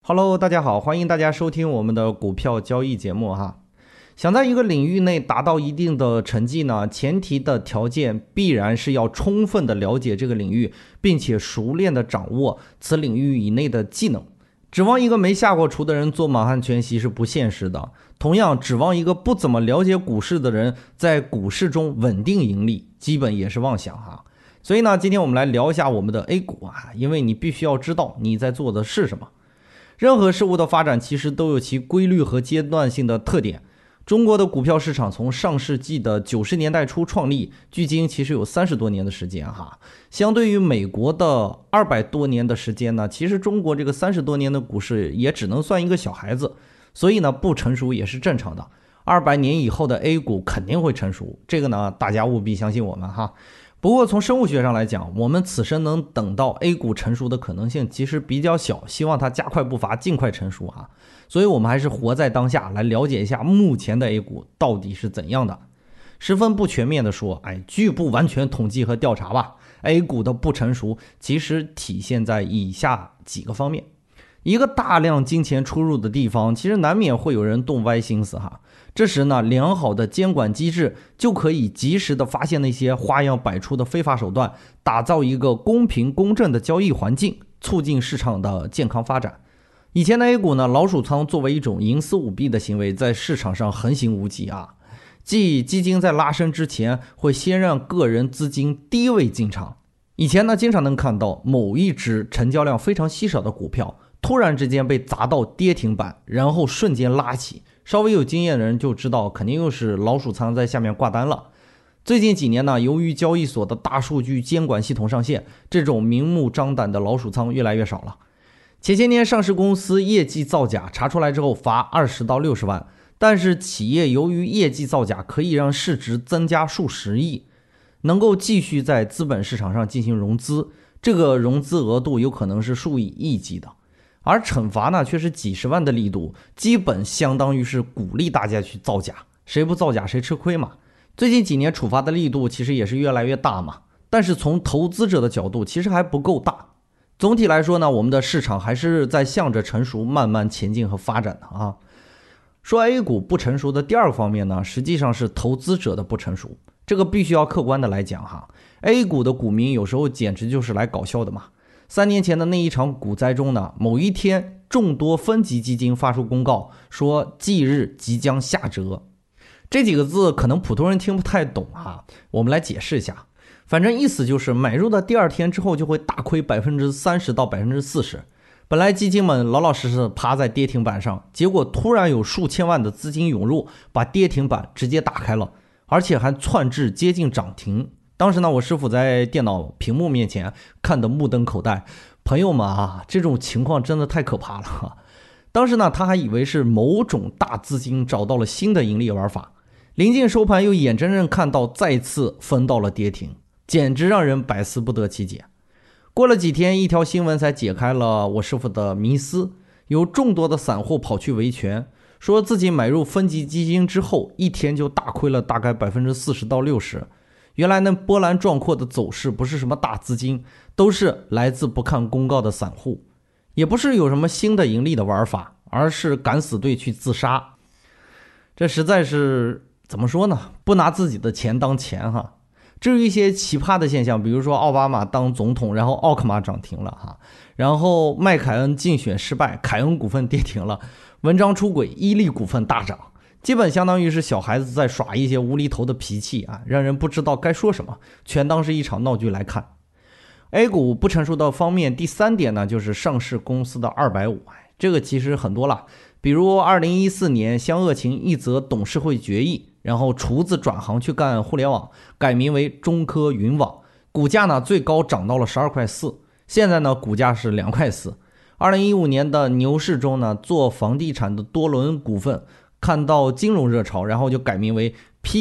Hello，大家好，欢迎大家收听我们的股票交易节目哈。想在一个领域内达到一定的成绩呢，前提的条件必然是要充分的了解这个领域，并且熟练的掌握此领域以内的技能。指望一个没下过厨的人做满汉全席是不现实的，同样指望一个不怎么了解股市的人在股市中稳定盈利，基本也是妄想哈。所以呢，今天我们来聊一下我们的 A 股啊，因为你必须要知道你在做的是什么。任何事物的发展其实都有其规律和阶段性的特点。中国的股票市场从上世纪的90年代初创立，距今其实有30多年的时间哈。相对于美国的200多年的时间呢，其实中国这个30多年的股市也只能算一个小孩子，所以呢不成熟也是正常的。200年以后的 A 股肯定会成熟，这个呢大家务必相信我们哈。不过从生物学上来讲，我们此生能等到 A 股成熟的可能性其实比较小，希望它加快步伐尽快成熟啊。所以我们还是活在当下，来了解一下目前的 A 股到底是怎样的。十分不全面的说，据不完全统计和调查吧， A 股的不成熟其实体现在以下几个方面。一个大量金钱出入的地方，其实难免会有人动歪心思哈。这时呢，良好的监管机制就可以及时的发现那些花样百出的非法手段，打造一个公平公正的交易环境，促进市场的健康发展。以前的 A 股呢，老鼠仓作为一种营私舞弊的行为，在市场上横行无忌啊。即基金在拉升之前，会先让个人资金低位进场。以前呢，经常能看到某一只成交量非常稀少的股票，突然之间被砸到跌停板，然后瞬间拉起。稍微有经验的人就知道，肯定又是老鼠仓在下面挂单了。最近几年呢，由于交易所的大数据监管系统上线，这种明目张胆的老鼠仓越来越少了。前些年上市公司业绩造假查出来之后罚20到60万，但是企业由于业绩造假可以让市值增加数十亿，能够继续在资本市场上进行融资，这个融资额度有可能是数以亿计的。而惩罚呢却是几十万的力度，基本相当于是鼓励大家去造假，谁不造假谁吃亏嘛。最近几年处罚的力度其实也是越来越大嘛，但是从投资者的角度其实还不够大。总体来说呢，我们的市场还是在向着成熟慢慢前进和发展的啊。说 A 股不成熟的第二个方面呢，实际上是投资者的不成熟，这个必须要客观的来讲哈。A 股的股民有时候简直就是来搞笑的嘛。3年前的那一场股灾中呢，某一天众多分级基金发出公告说即日即将下折，这几个字可能普通人听不太懂哈，我们来解释一下。反正意思就是买入的第2天之后就会大亏30%到40%。本来基金们老老实实趴在跌停板上，结果突然有数千万的资金涌入，把跌停板直接打开了，而且还窜至接近涨停。当时呢，我师傅在电脑屏幕面前看得目瞪口呆。朋友们啊，这种情况真的太可怕了。当时呢，他还以为是某种大资金找到了新的盈利玩法，临近收盘又眼睁睁看到再次封到了跌停，简直让人百思不得其解。过了几天，一条新闻才解开了我师傅的迷思，有众多的散户跑去维权，说自己买入分级基金之后，一天就大亏了大概40%到60%。原来那波澜壮阔的走势不是什么大资金，都是来自不看公告的散户，也不是有什么新的盈利的玩法，而是敢死队去自杀。这实在是怎么说呢，不拿自己的钱当钱哈。至于一些奇葩的现象，比如说奥巴马当总统，然后奥克玛涨停了哈，然后麦凯恩竞选失败，凯恩股份跌停了，文章出轨，伊利股份大涨，基本相当于是小孩子在耍一些无厘头的脾气啊，让人不知道该说什么，全当是一场闹剧来看。A 股不成熟的方面，第3点呢，就是上市公司的250，这个其实很多了，比如2014年湘鄂情一则董事会决议，然后厨子转行去干互联网，改名为中科云网，股价呢最高涨到了12.4块，现在呢股价是2.4块。2015年的牛市中呢，做房地产的多伦股份看到金融热潮，然后就改名为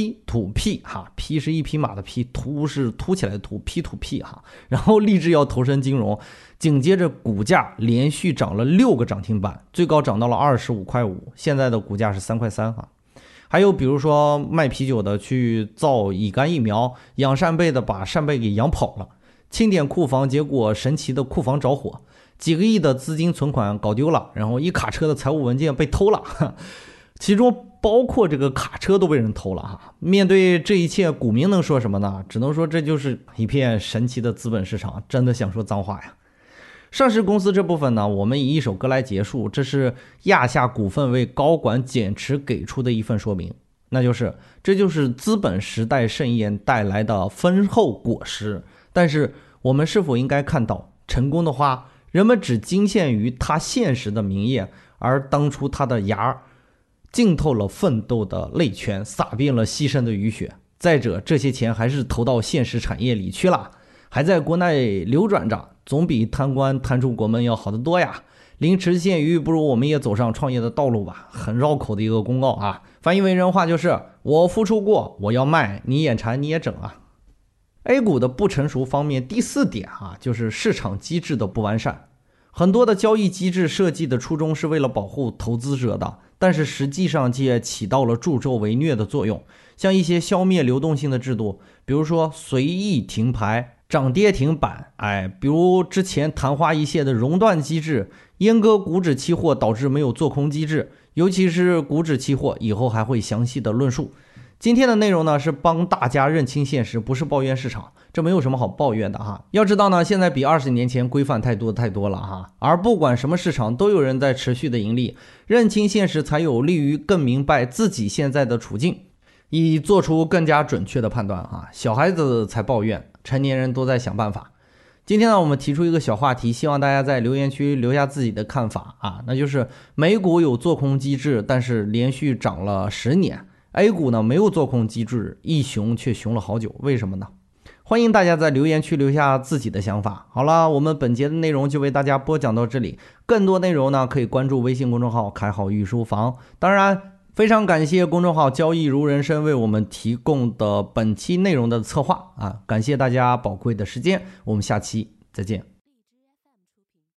P2P 哈 ，P 是一匹马的 P， 凸是凸起来的凸 ，P2P 哈，然后立志要投身金融，紧接着股价连续涨了6个涨停板，最高涨到了25.5块，现在的股价是3.3块哈。还有比如说卖啤酒的去造乙肝疫苗，养扇贝的把扇贝给养跑了，清点库房，结果神奇的库房着火， 几个亿的资金存款搞丢了，然后一卡车的财务文件被偷了，其中包括这个卡车都被人偷了哈。面对这一切，股民能说什么呢？只能说这就是一片神奇的资本市场，真的想说脏话呀。上市公司这部分呢，我们以一首歌来结束，这是亚夏股份为高管减持给出的一份说明，那就是这就是资本时代盛宴带来的丰厚果实。但是我们是否应该看到，成功的话，人们只惊羡于它现实的明艳，而当初它的芽浸透了奋斗的泪泉，洒遍了牺牲的雨雪。再者，这些钱还是投到现实产业里去了，还在国内流转着，总比贪官贪出国门要好得多呀。临池现鱼，不如我们也走上创业的道路吧。很绕口的一个公告啊，翻译为人话就是我付出过，我要卖，你眼馋你也整啊。A 股的不成熟方面，第4点啊，就是市场机制的不完善。很多的交易机制设计的初衷是为了保护投资者的，但是实际上也起到了助纣为虐的作用。像一些消灭流动性的制度，比如说随意停牌、涨跌停板，比如之前昙花一现的熔断机制，阉割股指期货导致没有做空机制，尤其是股指期货，以后还会详细的论述。今天的内容呢，是帮大家认清现实，不是抱怨市场，这没有什么好抱怨的哈。要知道呢，现在比20年前规范太多了哈，而不管什么市场都有人在持续的盈利，认清现实才有利于更明白自己现在的处境，以做出更加准确的判断哈。小孩子才抱怨，成年人都在想办法。今天呢，我们提出一个小话题，希望大家在留言区留下自己的看法啊，那就是美股有做空机制，但是连续涨了10年。A 股呢没有做空机制，一熊却熊了好久，为什么呢？欢迎大家在留言区留下自己的想法。好了，我们本节的内容就为大家播讲到这里，更多内容呢可以关注微信公众号开好御书房。当然非常感谢公众号交易如人生为我们提供的本期内容的策划啊，感谢大家宝贵的时间，我们下期再见。